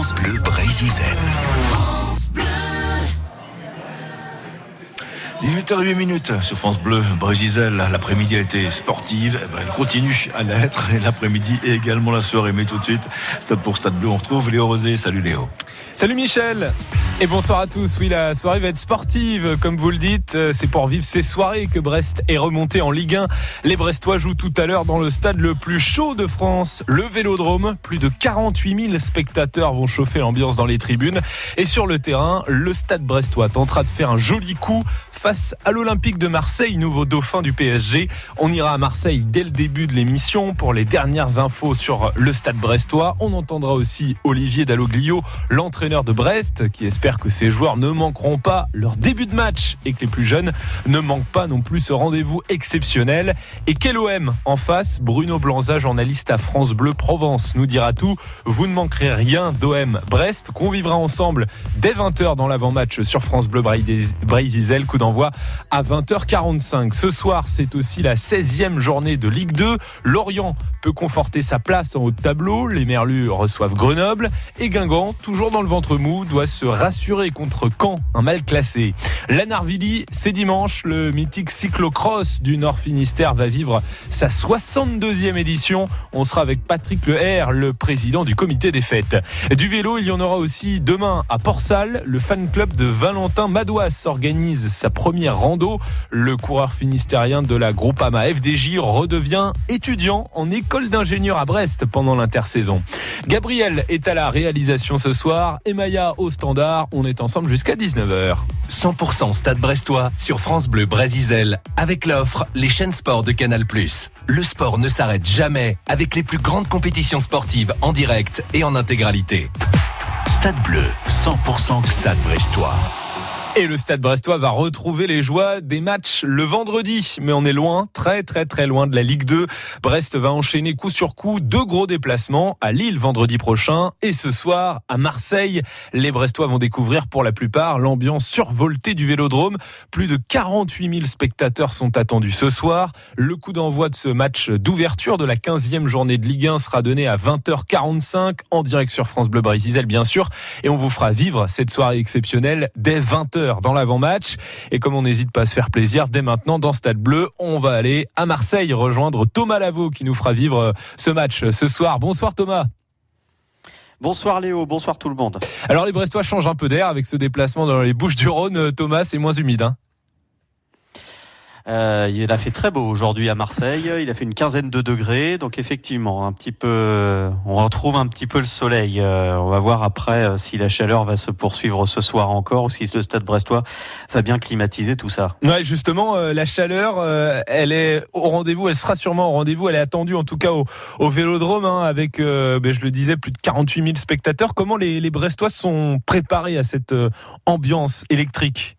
France Bleu Brésil. 18h08 sur France Bleu Brésil. L'après-midi a été sportive, elle continue à l'être, et l'après-midi et également la soirée. Mais tout de suite, stop pour Stade Bleu, on retrouve Léo Rosé. Salut Léo. Salut Michel et bonsoir à tous. Oui, la soirée va être sportive, comme vous le dites. C'est pour vivre ces soirées que Brest est remonté en Ligue 1. Les Brestois jouent tout à l'heure dans le stade le plus chaud de France, le Vélodrome. Plus de 48 000 spectateurs vont chauffer l'ambiance dans les tribunes. Et sur le terrain, le stade brestois tentera de faire un joli coup face à l'Olympique de Marseille, nouveau dauphin du PSG. On ira à Marseille dès le début de l'émission pour les dernières infos sur le stade brestois. On entendra aussi Olivier Dalloglio, l'entraîneur de Brest, qui espère que ses joueurs ne manqueront pas leur début de match et que les plus jeunes ne manquent pas non plus ce rendez-vous exceptionnel. Et quel OM en face? Bruno Blanza, journaliste à France Bleu Provence, nous dira tout. Vous ne manquerez rien d'OM Brest, qu'on vivra ensemble dès 20h dans l'avant-match sur France Bleu Brésil. Coup d'envoi à 20h45. Ce soir, c'est aussi la 16e journée de Ligue 2. Lorient peut conforter sa place en haut de tableau. Les Merlus reçoivent Grenoble. Et Guingamp, toujours dans le ventre mou, doit se rassurer contre Caen, un mal classé. La Narvilly, c'est dimanche. Le mythique cyclocross du Nord Finistère va vivre sa 62e édition. On sera avec Patrick Leher, le président du comité des fêtes. Du vélo, il y en aura aussi demain à Port-Salle. Le fan club de Valentin Madouas organise sa première rando. Le coureur finistérien de la Groupama FDJ redevient étudiant en école d'ingénieur à Brest pendant l'intersaison. Gabriel est à la réalisation ce soir et Maya au standard. On est ensemble jusqu'à 19h. 100% Stade Brestois sur France Bleu Brésil avec l'offre Les chaînes sport de Canal+. Le sport ne s'arrête jamais avec les plus grandes compétitions sportives en direct et en intégralité. Stade Bleu, 100% Stade Brestois. Et le Stade Brestois va retrouver les joies des matchs le vendredi. Mais on est loin, très très très loin de la Ligue 2. Brest va enchaîner coup sur coup 2 gros déplacements à Lille vendredi prochain et ce soir à Marseille. Les Brestois vont découvrir pour la plupart l'ambiance survoltée du Vélodrome. Plus de 48 000 spectateurs sont attendus ce soir. Le coup d'envoi de ce match d'ouverture de la 15e journée de Ligue 1 sera donné à 20h45 en direct sur France Bleu Brésil bien sûr. Et on vous fera vivre cette soirée exceptionnelle dès 20h. Dans l'avant-match. Et comme on n'hésite pas à se faire plaisir, dès maintenant dans Stade Bleu, on va aller à Marseille rejoindre Thomas Lavaux qui nous fera vivre ce match ce soir. Bonsoir Thomas. Bonsoir Léo, bonsoir tout le monde. Alors les Brestois changent un peu d'air avec ce déplacement dans les Bouches-du-Rhône. Thomas, c'est moins humide, hein? Il a fait très beau aujourd'hui à Marseille. Il a fait une quinzaine de degrés, donc effectivement, un petit peu, on retrouve un petit peu le soleil. On va voir après si la chaleur va se poursuivre ce soir encore ou si le Stade Brestois va bien climatiser tout ça. Ouais, justement, la chaleur, elle est au rendez-vous. Elle sera sûrement au rendez-vous. Elle est attendue, en tout cas au Vélodrome, hein, avec, je le disais, plus de 48 000 spectateurs. Comment les Brestois sont préparés à cette ambiance électrique?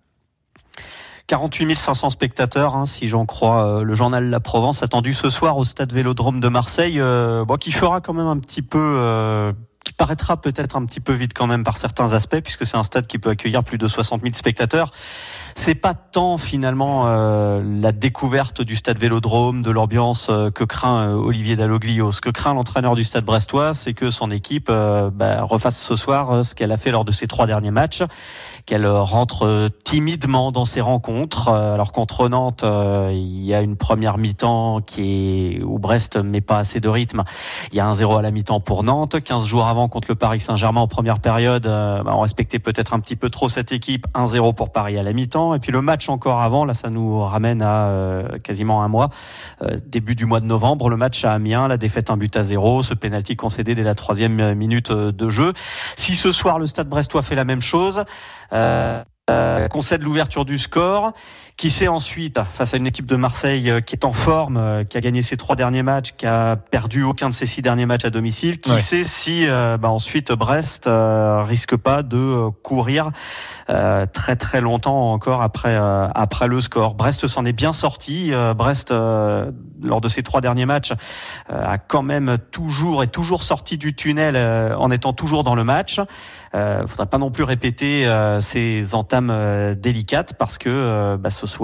48 500 spectateurs, hein, si j'en crois le journal La Provence, attendu ce soir au stade Vélodrome de Marseille, qui fera quand même un petit peu... qui paraîtra peut-être un petit peu vide quand même par certains aspects, puisque c'est un stade qui peut accueillir plus de 60 000 spectateurs. C'est pas tant finalement la découverte du stade Vélodrome, de l'ambiance que craint Olivier Dalloglio. Ce que craint l'entraîneur du stade brestois, c'est que son équipe refasse ce soir ce qu'elle a fait lors de ses 3 derniers matchs, qu'elle rentre timidement dans ses rencontres. Alors contre Nantes, il y a une première mi-temps où Brest met pas assez de rythme. Il y a 1-0 à la mi-temps pour Nantes. 15 jours avant contre le Paris Saint-Germain en première période, on respectait peut-être un petit peu trop cette équipe. 1-0 pour Paris à la mi-temps. Et puis le match encore avant, là ça nous ramène à quasiment un mois, début du mois de novembre, le match à Amiens, la défaite 1-0, ce pénalty concédé dès la 3e minute de jeu. Si ce soir le Stade Brestois fait la même chose, concède l'ouverture du score, qui sait ensuite, face à une équipe de Marseille qui est en forme, qui a gagné ses 3 derniers matchs, qui a perdu aucun de ses 6 derniers matchs à domicile, qui sait si ensuite Brest risque pas de courir très très longtemps encore après le score. Brest s'en est bien sorti. Brest, lors de ses 3 derniers matchs, a quand même toujours sorti du tunnel en étant toujours dans le match. Faudrait pas non plus répéter ces entames entame délicate parce que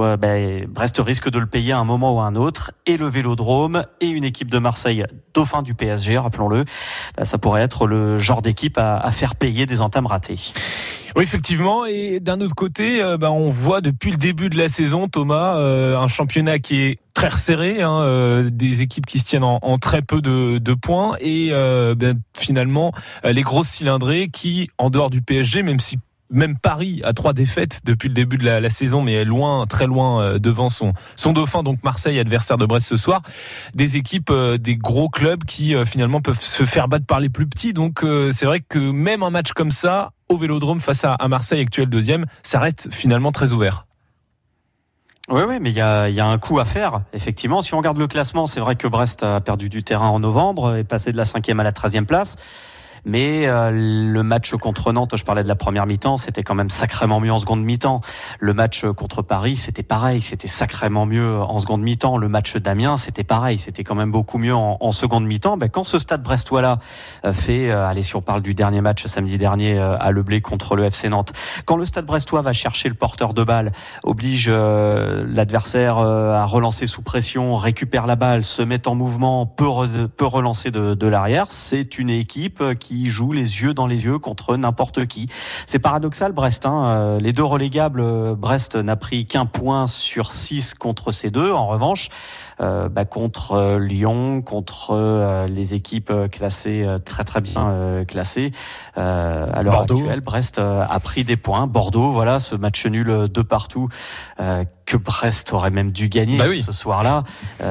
Brest risque de le payer à un moment ou à un autre, et le Vélodrome et une équipe de Marseille, dauphin du PSG, rappelons-le, ça pourrait être le genre d'équipe à faire payer des entames ratées. Oui, effectivement. Et d'un autre côté, on voit depuis le début de la saison, Thomas, un championnat qui est très resserré, des équipes qui se tiennent en très peu de points, et finalement les grosses cylindrées qui, en dehors du PSG, même Paris a 3 défaites depuis le début de la saison, mais est loin, très loin devant son dauphin, donc Marseille, adversaire de Brest ce soir. Des équipes, des gros clubs qui finalement peuvent se faire battre par les plus petits. Donc c'est vrai que même un match comme ça, au Vélodrome face à Marseille, actuel deuxième, ça reste finalement très ouvert. Oui, mais il y a un coup à faire, effectivement. Si on regarde le classement, c'est vrai que Brest a perdu du terrain en novembre, est passé de la 5e à la 13e place. Mais le match contre Nantes, je parlais de la première mi-temps, c'était quand même sacrément mieux en seconde mi-temps. Le match contre Paris, c'était pareil, c'était sacrément mieux en seconde mi-temps. Le match d'Amiens, c'était pareil, c'était quand même beaucoup mieux en seconde mi-temps. Quand ce stade brestois-là fait, si on parle du dernier match samedi dernier à Le Blé contre le FC Nantes, quand le stade brestois va chercher le porteur de balle, oblige l'adversaire à relancer sous pression, récupère la balle, se met en mouvement, peut relancer de l'arrière, c'est une équipe qui joue les yeux dans les yeux contre n'importe qui. C'est paradoxal, Brest. Les 2 relégables, Brest n'a pris qu'1 point sur 6 contre ces 2. En revanche, contre Lyon, contre les équipes classées très très bien classées, à l'heure actuelle, Brest a pris des points. Bordeaux, voilà, ce match nul 2 partout que Brest aurait même dû gagner ce soir-là.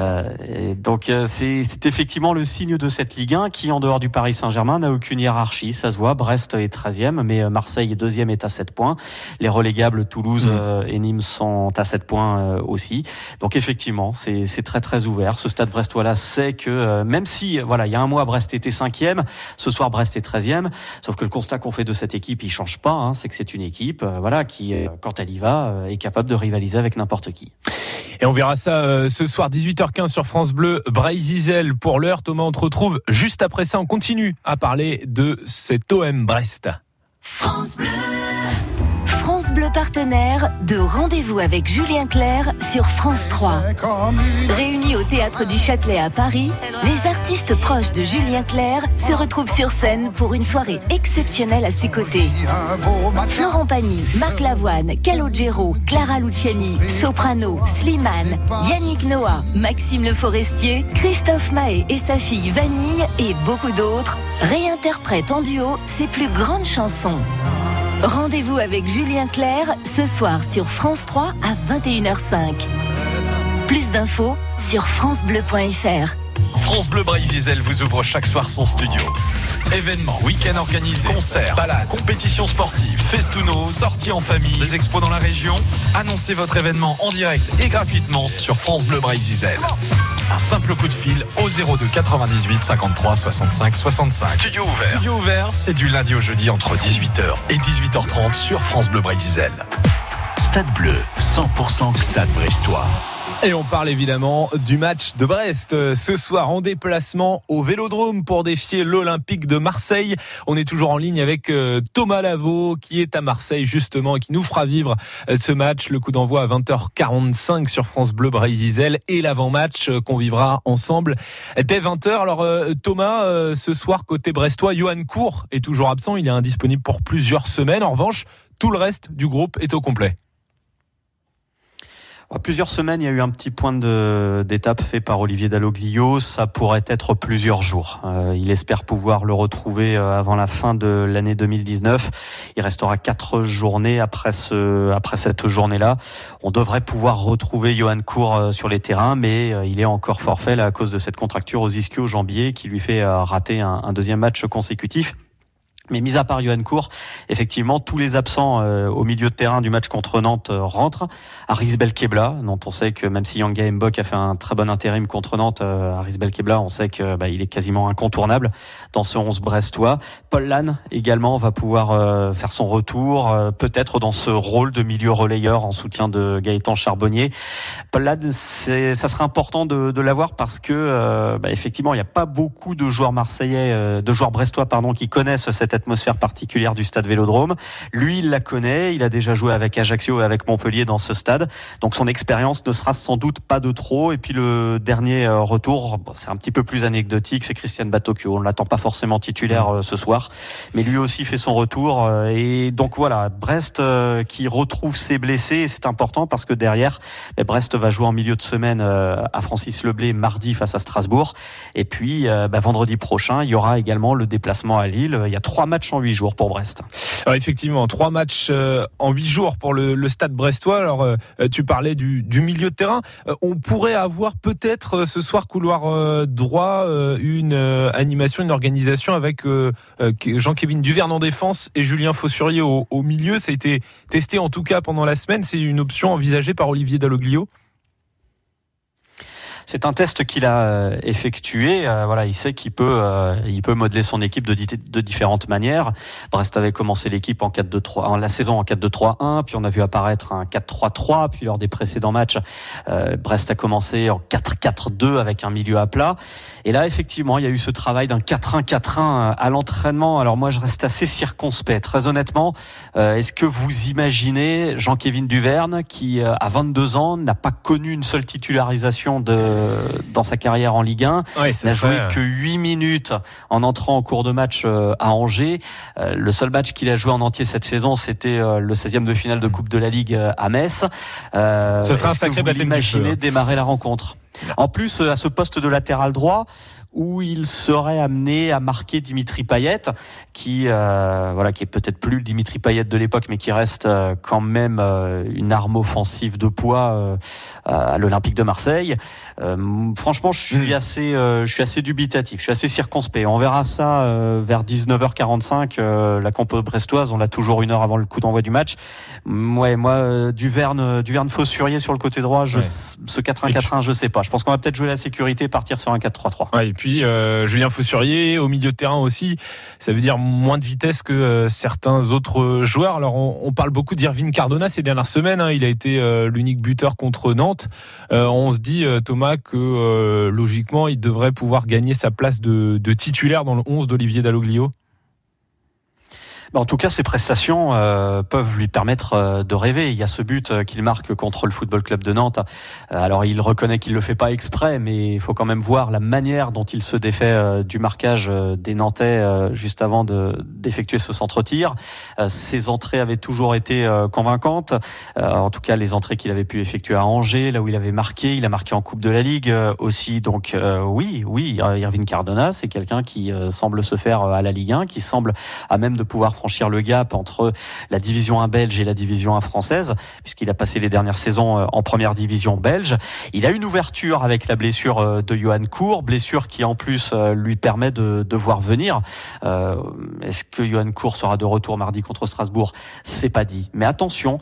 Donc c'est effectivement le signe de cette Ligue 1 qui, en dehors du Paris Saint-Germain, n'a aucune hiérarchie. Ça se voit, Brest est 13e, mais Marseille est 2e, est à 7 points. Les relégables Toulouse et Nîmes sont à 7 points aussi. Donc effectivement, c'est très très ouvert. Ce stade brestois-là sait que même si, il y a un mois, Brest était 5e, ce soir Brest est 13e, sauf que le constat qu'on fait de cette équipe, il change pas, c'est que c'est une équipe qui, quand elle y va, est capable de rivaliser avec n'importe qui. Et on verra ça ce soir, 18h15 sur France Bleu, Brésil. Pour l'heure, Thomas, on te retrouve juste après ça. On continue à parler de cet OM Brest. France Bleu. France Bleu partenaire de Rendez-vous avec Julien Clerc sur France 3. Réunis au Théâtre du Châtelet à Paris, les artistes proches de Julien Clerc se retrouvent sur scène pour une soirée exceptionnelle à ses côtés. Florent Pagny, Marc Lavoine, Calogero, Clara Luciani, Soprano, Slimane, Yannick Noah, Maxime Le Forestier, Christophe Mahé et sa fille Vanille et beaucoup d'autres réinterprètent en duo ses plus grandes chansons. Rendez-vous avec Julien Clerc ce soir sur France 3 à 21h05. Plus d'infos sur francebleu.fr. France Bleu Brésil vous ouvre chaque soir son studio. Événements, week-ends organisés, concerts, balades, compétitions sportives, festounos, sorties en famille, des expos dans la région. Annoncez votre événement en direct et gratuitement sur France Bleu Brésil. Un simple coup de fil au 02 98 53 65 65. Studio ouvert. Studio ouvert, c'est du lundi au jeudi entre 18h et 18h30 sur France Bleu Brésil. Stade Bleu, 100% Stade Brestois. Et on parle évidemment du match de Brest ce soir en déplacement au Vélodrome pour défier l'Olympique de Marseille. On est toujours en ligne avec Thomas Lavaux qui est à Marseille justement et qui nous fera vivre ce match. Le coup d'envoi à 20h45 sur France Bleu Brésil et l'avant-match qu'on vivra ensemble dès 20h. Alors Thomas, ce soir côté brestois, Yoann Cour est toujours absent. Il est indisponible pour plusieurs semaines. En revanche, tout le reste du groupe est au complet. Plusieurs semaines, il y a eu un petit point d'étape fait par Olivier Dalloglio. Ça pourrait être plusieurs jours. Il espère pouvoir le retrouver avant la fin de l'année 2019. Il restera 4 journées après cette journée-là. On devrait pouvoir retrouver Yoann Cour sur les terrains, mais il est encore forfait là, à cause de cette contracture aux ischio-jambiers qui lui fait rater un deuxième match consécutif. Mais mis à part Yoann Cour, effectivement, tous les absents au milieu de terrain du match contre Nantes rentrent. Haris Belkebla, dont on sait que même si Yanga Mbok a fait un très bon intérim contre Nantes, Haris Belkebla, on sait que il est quasiment incontournable dans ce 11 brestois. Paul Lannes également va pouvoir faire son retour, peut-être dans ce rôle de milieu relayeur en soutien de Gaëtan Charbonnier. Paul Lannes, ça serait important de l'avoir parce que effectivement, il n'y a pas beaucoup de joueurs marseillais, de joueurs brestois, qui connaissent cette cette atmosphère particulière du stade Vélodrome. Lui, il la connaît, il a déjà joué avec Ajaccio et avec Montpellier dans ce stade, donc son expérience ne sera sans doute pas de trop. Et puis le dernier retour, c'est un petit peu plus anecdotique, c'est Christian Batocchio. On ne l'attend pas forcément titulaire ce soir, mais lui aussi fait son retour. Et donc voilà, Brest qui retrouve ses blessés, et c'est important parce que derrière, Brest va jouer en milieu de semaine à Francis Leblay mardi face à Strasbourg. Et puis vendredi prochain, il y aura également le déplacement à Lille. Il y a 3 matchs en 8 jours pour Brest. Alors effectivement, 3 matchs en 8 jours pour le stade brestois. Alors tu parlais du milieu de terrain. On pourrait avoir peut-être ce soir couloir droit une animation, une organisation avec Jean-Kévin Duverne en défense et Julien Faussurier au milieu. Ça a été testé en tout cas pendant la semaine. C'est une option envisagée par Olivier Dalloglio. C'est un test qu'il a effectué. Voilà, il sait qu'il peut modeler son équipe de différentes manières. Brest avait commencé l'équipe en 4-2-3, la saison en 4-2-3-1, puis on a vu apparaître un 4-3-3, puis lors des précédents matchs, Brest a commencé en 4-4-2 avec un milieu à plat. Et là, effectivement, il y a eu ce travail d'un 4-1-4-1 à l'entraînement. Alors moi, je reste assez circonspect. Très honnêtement, est-ce que vous imaginez Jean-Kévin Duverne, qui à 22 ans n'a pas connu une seule titularisation dans sa carrière en Ligue 1, n'a joué que 8 minutes en entrant en cours de match à Angers. Le seul match qu'il a joué en entier cette saison, c'était le 16e de finale de Coupe de la Ligue à Metz. Ce serait un sacré baptême du feu. Imaginez démarrer la rencontre. En plus, à ce poste de latéral droit, où il serait amené à marquer Dimitri Payet, qui est peut-être plus le Dimitri Payet de l'époque, mais qui reste quand même une arme offensive de poids à l'Olympique de Marseille. Franchement, je suis assez dubitatif, je suis assez circonspect. On verra ça vers 19h45. La compo brestoise, on l'a toujours 1 heure avant le coup d'envoi du match. Ouais, moi, Duverne Faussurier sur le côté droit, ce 4-1-4-1, je sais pas. Je pense qu'on va peut-être jouer la sécurité et partir sur un 4-3-3. Ouais, et puis Julien Faussurier au milieu de terrain aussi, ça veut dire moins de vitesse que certains autres joueurs. Alors on parle beaucoup d'Irvine Cardona ces dernières semaines, il a été l'unique buteur contre Nantes. On se dit, Thomas, que logiquement il devrait pouvoir gagner sa place de titulaire dans le 11 d'Olivier Dalloglio. En tout cas, ses prestations peuvent lui permettre de rêver. Il y a ce but qu'il marque contre le Football Club de Nantes. Alors, il reconnaît qu'il le fait pas exprès, mais il faut quand même voir la manière dont il se défait du marquage des Nantais juste avant d'effectuer ce centre-tir. Ses entrées avaient toujours été convaincantes. En tout cas, les entrées qu'il avait pu effectuer à Angers, là où il avait marqué, il a marqué en Coupe de la Ligue aussi. Donc, oui, Irvine Cardona, c'est quelqu'un qui semble se faire à la Ligue 1, qui semble à même de pouvoir franchir le gap entre la division 1 belge et la division 1 française, puisqu'il a passé les dernières saisons en première division belge. Il a une ouverture avec la blessure de Johan Cour, blessure qui en plus lui permet de voir venir. Est-ce que Johan Cour sera de retour mardi contre Strasbourg ? C'est pas dit. Mais attention,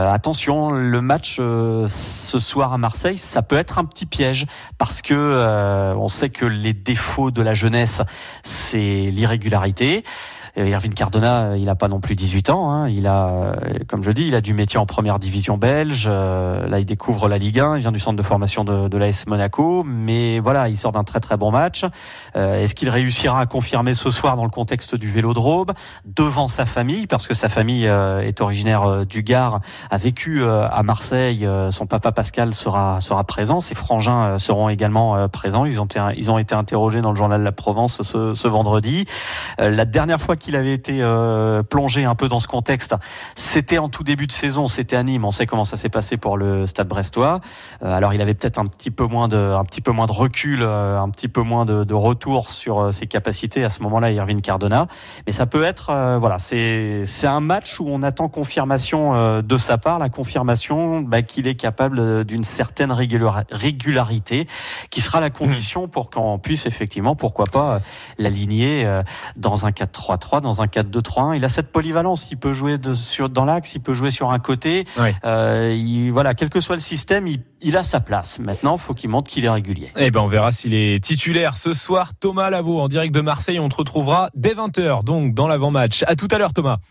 le match ce soir à Marseille, ça peut être un petit piège, parce que on sait que les défauts de la jeunesse, c'est l'irrégularité. Irvine Cardona, il n'a pas non plus 18 ans. Il a, comme je dis, il a du métier en première division belge. Là, il découvre la Ligue 1. Il vient du centre de formation de l'AS Monaco. Mais voilà, il sort d'un très très bon match. Est-ce qu'il réussira à confirmer ce soir dans le contexte du Vélodrome, devant sa famille, parce que sa famille est originaire du Gard, a vécu à Marseille. Son papa Pascal sera présent. Ses frangins seront également présents. Ils ont été interrogés dans le journal La Provence ce vendredi. La dernière fois qu'il avait été plongé un peu dans ce contexte, c'était en tout début de saison, c'était à Nîmes. On sait comment ça s'est passé pour le Stade brestois. Alors il avait peut-être un petit peu moins de recul, un petit peu moins de retour sur ses capacités à ce moment-là, Irvine Cardona. Mais ça peut être, c'est un match où on attend confirmation de sa part, la confirmation qu'il est capable d'une certaine régularité, qui sera la condition pour qu'on puisse effectivement, pourquoi pas, l'aligner dans un 4-3-3, dans un 4-2-3-1. Il a cette polyvalence. Il peut jouer dans l'axe, il peut jouer sur un côté. Oui. Quel que soit le système, il a sa place. Maintenant, il faut qu'il montre qu'il est régulier. On verra s'il est titulaire ce soir. Thomas Lavaux, en direct de Marseille. On te retrouvera dès 20h, donc dans l'avant-match. À tout à l'heure, Thomas.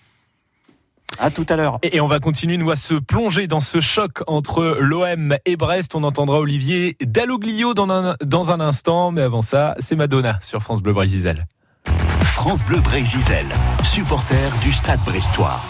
À tout à l'heure. Et on va continuer, nous, à se plonger dans ce choc entre l'OM et Brest. On entendra Olivier Dalloglio dans un instant. Mais avant ça, c'est Madonna sur France Bleu Brésil. France Bleu Brésil, supporter du Stade Brestois.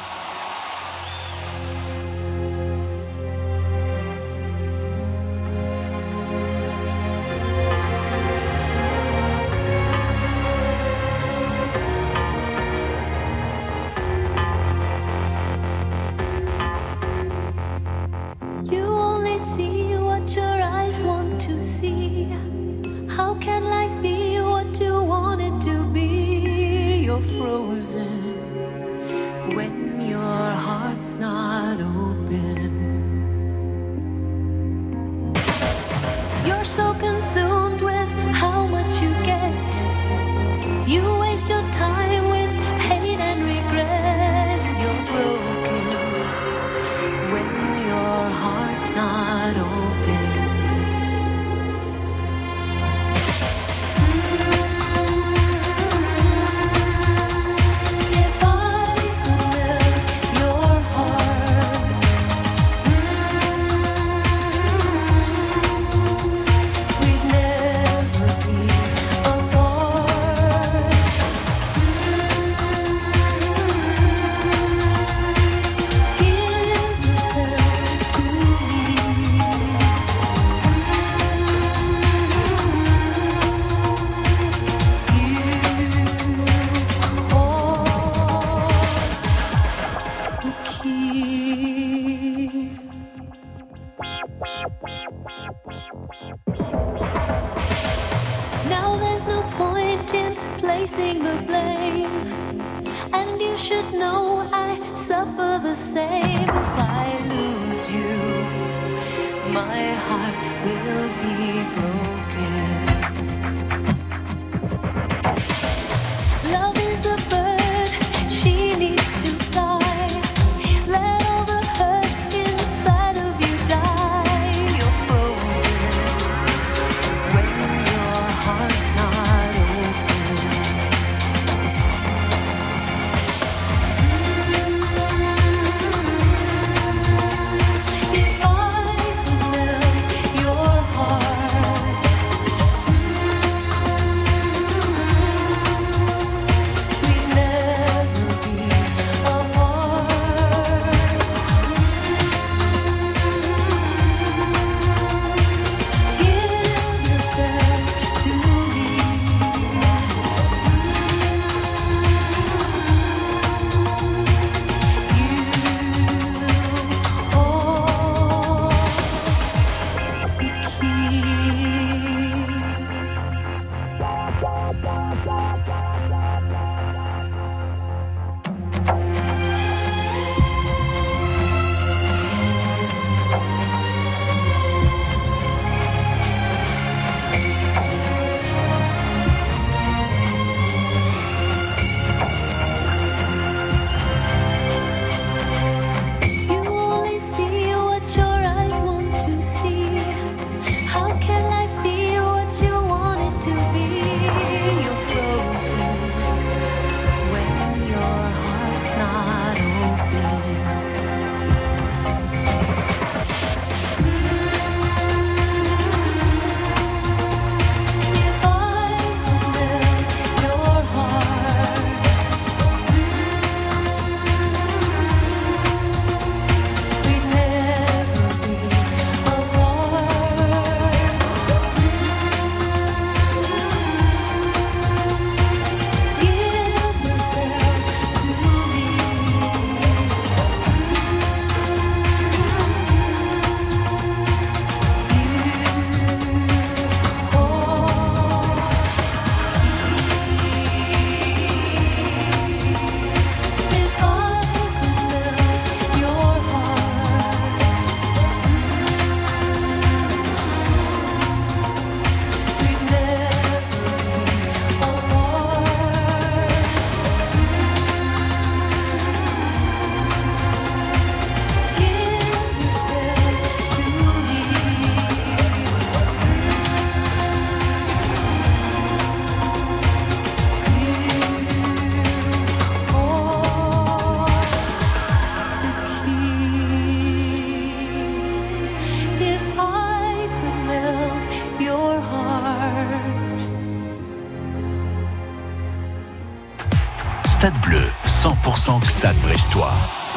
Stade Bleu, 100% Stade Brestois.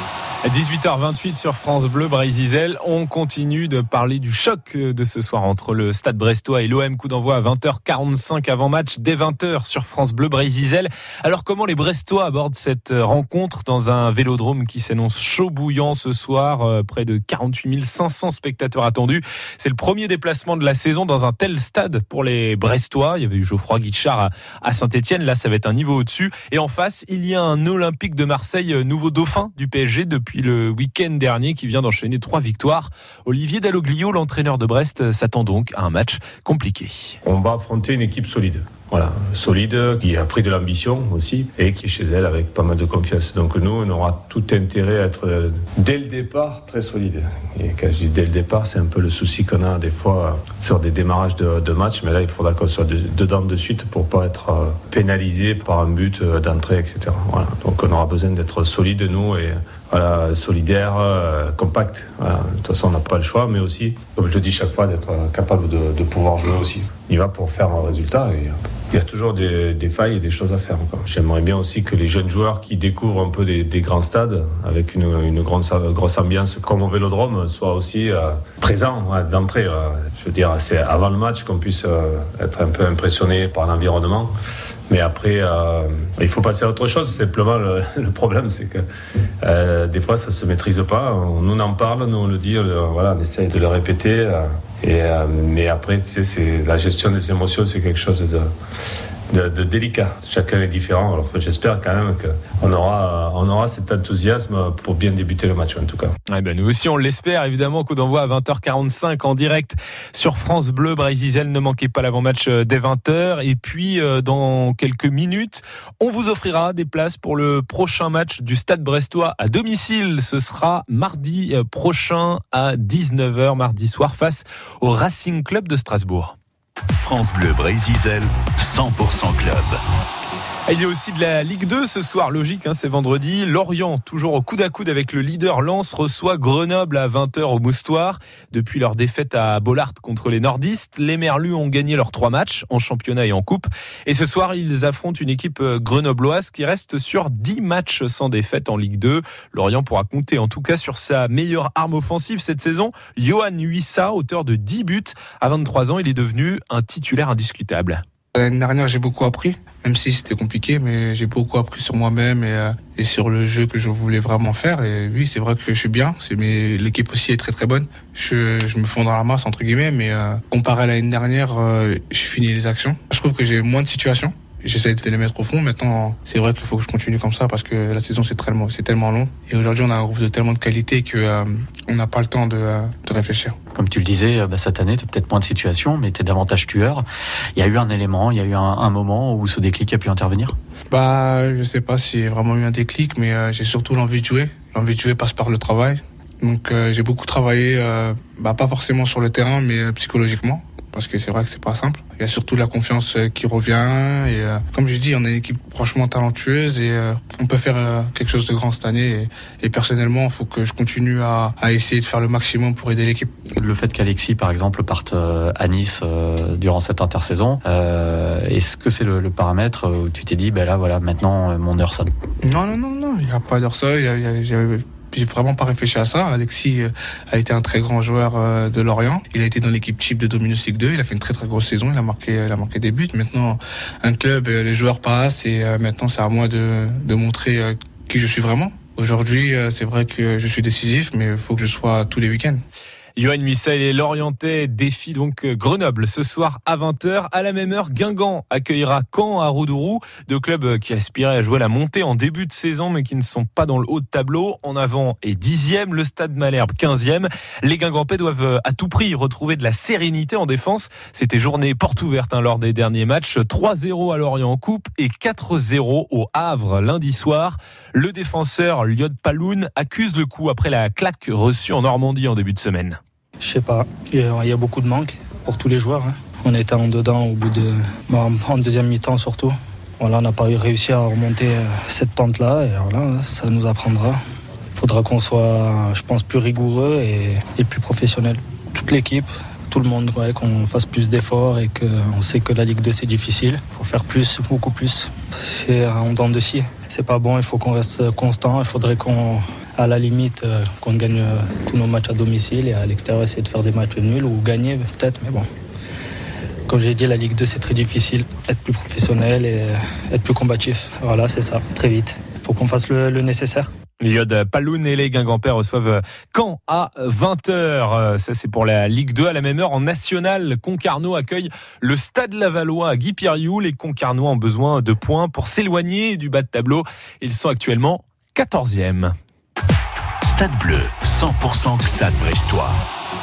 18h28 sur France Bleu Brésil. On continue de parler du choc de ce soir entre le Stade Brestois et l'OM. Coup d'envoi à 20h45 avant match, dès 20h sur France Bleu Brésil. Alors comment les Brestois abordent cette rencontre dans un vélodrome qui s'annonce chaud bouillant ce soir? Près de 48 500 spectateurs attendus. C'est le premier déplacement de la saison dans un tel stade pour les Brestois. Il y avait eu Geoffroy Guichard à Saint-Etienne. Là, ça va être un niveau au-dessus. Et en face, il y a un Olympique de Marseille, nouveau dauphin du PSG depuis le week-end dernier, qui vient d'enchaîner 3 victoires. Olivier Dalloglio, l'entraîneur de Brest, s'attend donc à un match compliqué. On va affronter une équipe solide. Voilà, solide, qui a pris de l'ambition aussi et qui est chez elle avec pas mal de confiance. Donc nous, on aura tout intérêt à être dès le départ très solide. Et quand je dis dès le départ, c'est un peu le souci qu'on a des fois sur des démarrages de match, mais là il faudra qu'on soit dedans de suite pour pas être pénalisé par un but d'entrée, etc. Voilà. Donc on aura besoin d'être solide nous et voilà, solidaire, compact. Voilà. De toute façon, on n'a pas le choix, mais aussi, comme je dis chaque fois, d'être capable de pouvoir jouer aussi. Il va pour faire un résultat et il y a toujours des failles et des choses à faire encore. J'aimerais bien aussi que les jeunes joueurs qui découvrent un peu des grands stades avec une grosse ambiance comme au Vélodrome soient aussi présents d'entrée. Je veux dire, c'est avant le match qu'on puisse être un peu impressionné par l'environnement. Mais après, il faut passer à autre chose. Simplement, le problème, c'est que des fois, ça ne se maîtrise pas. Nous, on en parle, nous, on le dit, voilà, on essaye de le répéter. Mais après, tu sais, c'est la gestion des émotions, c'est quelque chose de délicat. Chacun est différent. Alors, j'espère quand même qu'on aura cet enthousiasme pour bien débuter le match, en tout cas. Ouais, nous aussi, on l'espère. Évidemment, coup d'envoi à 20h45 en direct sur France Bleu Brésil. Ne manquez pas l'avant-match dès 20h. Et puis, dans quelques minutes, on vous offrira des places pour le prochain match du Stade Brestois à domicile. Ce sera mardi prochain à 19h, mardi soir, face au Racing Club de Strasbourg. France Bleu Brésil, 100% club. Il y a aussi de la Ligue 2 ce soir, logique, c'est vendredi. Lorient, toujours au coude à coude avec le leader Lens, reçoit Grenoble à 20h au Moustoir. Depuis leur défaite à Bollaert contre les nordistes, les Merlus ont gagné leurs 3 matchs en championnat et en coupe. Et ce soir, ils affrontent une équipe grenobloise qui reste sur 10 matchs sans défaite en Ligue 2. Lorient pourra compter en tout cas sur sa meilleure arme offensive cette saison, Yohan Wissa, auteur de 10 buts. À 23 ans, il est devenu un titulaire indiscutable. L'année dernière, j'ai beaucoup appris, même si c'était compliqué, mais j'ai beaucoup appris sur moi-même et sur le jeu que je voulais vraiment faire. Et oui, c'est vrai que je suis bien, mais l'équipe aussi est très très bonne. Je me fonds dans la masse, entre guillemets, mais comparé à l'année dernière, je finis les actions. Je trouve que j'ai moins de situations. J'essaie de les mettre au fond. Maintenant, c'est vrai qu'il faut que je continue comme ça parce que la saison, c'est tellement long. Et aujourd'hui, on a un groupe de tellement de qualité qu'on n'a pas le temps de réfléchir. Comme tu le disais, cette année, tu as peut-être moins de situations, mais tu es davantage tueur. Il y a eu un élément, il y a eu un moment où ce déclic a pu intervenir? Je sais pas si j'ai vraiment eu un déclic, mais j'ai surtout l'envie de jouer. L'envie de jouer passe par le travail. Donc j'ai beaucoup travaillé, pas forcément sur le terrain, mais psychologiquement. Parce que c'est vrai que c'est pas simple. Il y a surtout la confiance qui revient et comme je dis, on est une équipe franchement talentueuse et on peut faire quelque chose de grand cette année et personnellement, il faut que je continue à essayer de faire le maximum pour aider l'équipe. Le fait qu'Alexis, par exemple, parte à Nice durant cette intersaison, est-ce que c'est le paramètre où tu t'es dit, là, voilà, maintenant, mon heure sonne? Non, il n'y a pas d'heure sonne. J'ai vraiment pas réfléchi à ça. Alexis a été un très grand joueur de Lorient. Il a été dans l'équipe type de Dominus Ligue 2. Il a fait une très très grosse saison. Il a marqué des buts. Maintenant, un club, les joueurs passent et maintenant c'est à moi de montrer qui je suis vraiment. Aujourd'hui, c'est vrai que je suis décisif, mais il faut que je sois tous les week-ends. Yohan Wissa et les Lorientais défient donc Grenoble ce soir à 20h. À la même heure, Guingamp accueillera Caen à Roudourou, deux clubs qui aspiraient à jouer la montée en début de saison mais qui ne sont pas dans le haut de tableau. En avant est 10e, le Stade Malherbe 15e. Les Guingampais doivent à tout prix retrouver de la sérénité en défense. C'était journée porte ouverte lors des derniers matchs. 3-0 à Lorient en coupe et 4-0 au Havre lundi soir. Le défenseur Liod Paloun accuse le coup après la claque reçue en Normandie en début de semaine. Je sais pas, il y a beaucoup de manques pour tous les joueurs. On était en dedans au bout en deuxième mi-temps surtout. Voilà, on n'a pas réussi à remonter cette pente-là et voilà, ça nous apprendra. Il faudra qu'on soit, je pense, plus rigoureux et plus professionnel. Toute l'équipe, tout le monde, qu'on fasse plus d'efforts et qu'on sait que la Ligue 2 c'est difficile. Il faut faire plus, beaucoup plus. C'est en dents de scie. c'est pas bon. Il faut qu'on reste constant. Il faudrait à la limite, qu'on gagne tous nos matchs à domicile et à l'extérieur, essayer de faire des matchs nuls ou gagner peut-être. Mais bon, comme j'ai dit, la Ligue 2, c'est très difficile. Être plus professionnel et être plus combatif. Voilà, c'est ça, très vite. Il faut qu'on fasse le nécessaire. Lyod Paloun et les Guingampais reçoivent Caen à 20h. Ça, c'est pour la Ligue 2. À la même heure, en national, Concarneau accueille le Stade Lavallois à Guy-Pierriou. Les Concarnois ont besoin de points pour s'éloigner du bas de tableau. Ils sont actuellement 14e. Stade Bleu, 100% Stade Brestois.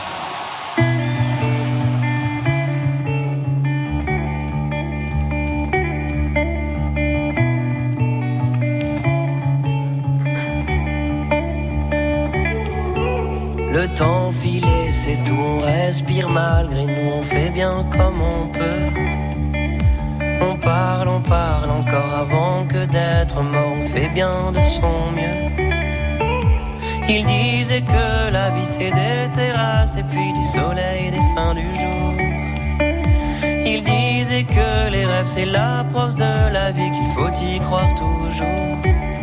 Le temps filé, c'est tout, on respire malgré nous, on fait bien comme on peut. On parle encore avant que d'être mort, on fait bien de son mieux. Ils disaient que la vie c'est des terrasses et puis du soleil et des fins du jour. Ils disaient que les rêves c'est la prose de la vie, qu'il faut y croire toujours.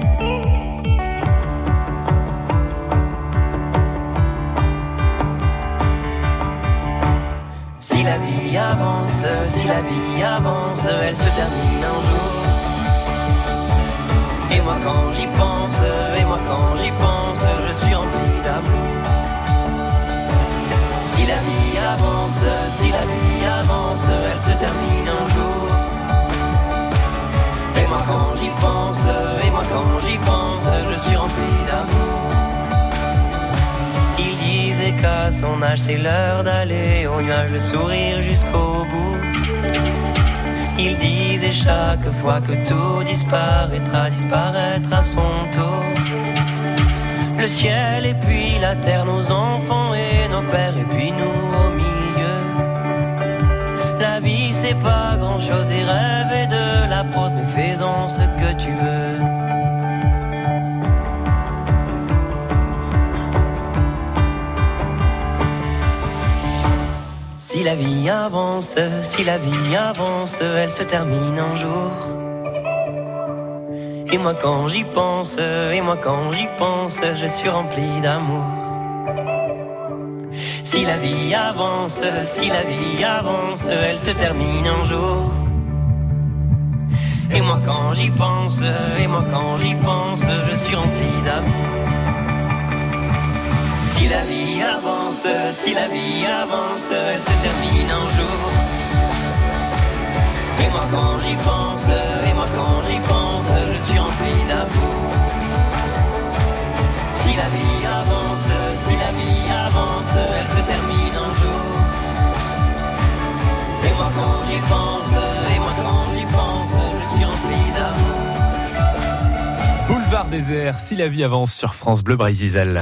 Si la vie avance, elle se termine un jour. Et moi quand j'y pense, je suis rempli d'amour. Si la vie avance, elle se termine un jour. Et moi quand j'y pense, je suis rempli d'amour. Il disait qu'à son âge c'est l'heure d'aller au nuage, le sourire jusqu'au bout. Il disait chaque fois que tout disparaîtra à son tour. Le ciel et puis la terre, nos enfants et nos pères, et puis nous au milieu. La vie c'est pas grand chose, des rêves et de la prose, mais fais-en ce que tu veux. Si la vie avance, elle se termine un jour. Et moi quand j'y pense, je suis rempli d'amour. Si la vie avance, elle se termine un jour. Et moi quand j'y pense, je suis rempli d'amour. Si la vie avance, elle se termine un jour. Et moi quand j'y pense, je suis rempli d'amour. Si la vie avance, elle se termine un jour. Et moi quand j'y pense, je suis rempli d'amour. Boulevard désert, si la vie avance sur France Bleu Brésil.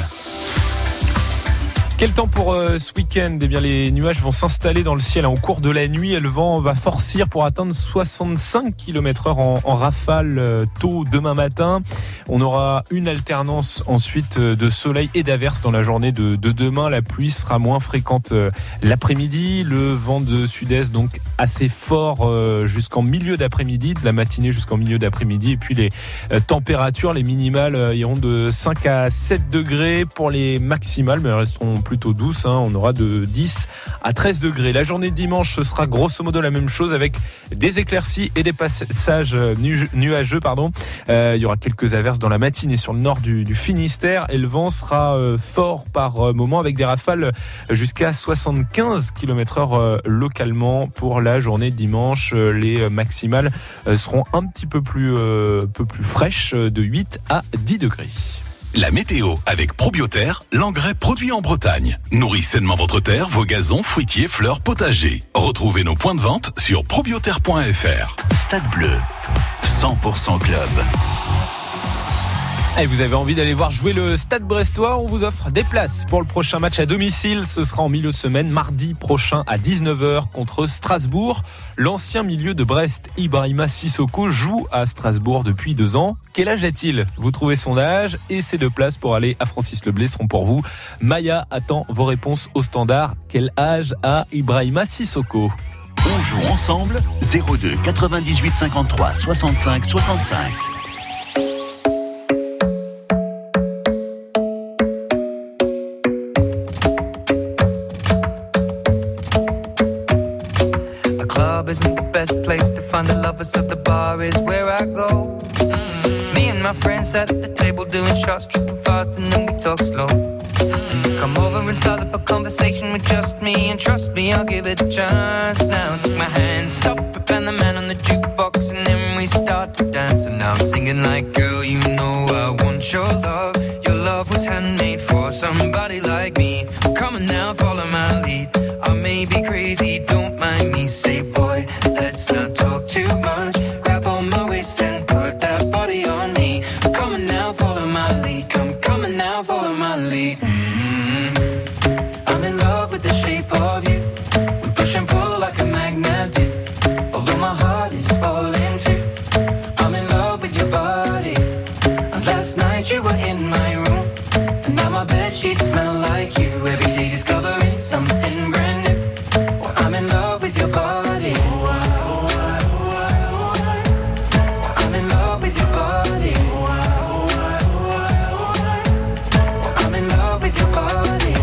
Quel temps pour ce week-end ? Eh bien, les nuages vont s'installer dans le ciel au cours de la nuit et le vent va forcir pour atteindre 65 km/h en rafale tôt demain matin. On aura une alternance ensuite de soleil et d'averses dans la journée de demain. La pluie sera moins fréquente l'après-midi. Le vent de sud-est donc assez fort jusqu'en milieu d'après-midi, de la matinée jusqu'en milieu d'après-midi. Et puis les températures, les minimales iront de 5 à 7 degrés pour les maximales, mais elles resteront plutôt douces. On aura de 10 à 13 degrés. La journée de dimanche, ce sera grosso modo la même chose avec des éclaircies et des passages nuageux. Il y aura quelques averses dans la matinée sur le nord du Finistère et le vent sera fort par moment avec des rafales jusqu'à 75 km/h localement pour la journée de dimanche. Les maximales seront un petit peu plus fraîches de 8 à 10 degrés. La météo avec Probioterre, l'engrais produit en Bretagne. Nourrit sainement votre terre, vos gazons, fruitiers, fleurs, potagers. Retrouvez nos points de vente sur probioterre.fr. Stade Bleu, 100% club. Et vous avez envie d'aller voir jouer le Stade Brestois ? On vous offre des places pour le prochain match à domicile. Ce sera en milieu de semaine, mardi prochain à 19h contre Strasbourg. L'ancien milieu de Brest, Ibrahima Sissoko, joue à Strasbourg depuis 2 ans. Quel âge a-t-il ? Vous trouvez son âge et ces 2 places pour aller à Francis Leblay seront pour vous. Maya attend vos réponses au standard. Quel âge a Ibrahima Sissoko ? On joue ensemble, 02 98 53 65 65. bar is where I go. Me and my friends at the table doing shots, tripping fast and then we talk slow. Come over and start up a conversation with just me, and trust me, I'll give it a chance. Now take my hand, stop it, and the man on the jukebox, and then we start to dance. And now I'm singing like, girl, you know I want your love. Your love was handmade for somebody like me. Come on now, follow my lead. I may be crazy, don't mind me. Say, boy, let's not talk too much. Grab on my waist and put that body on me. Come on now, follow my lead. Come on now, follow my lead. I'm in love with the shape of you. We push and pull like a magnet do. Although my heart is falling too. I'm in love with your body. And last night you were in my room, and now my bedsheets smell like you. Every day discovering something brand new. Well, I'm in love with your body. I'm in love with your body. I'm in love with your body.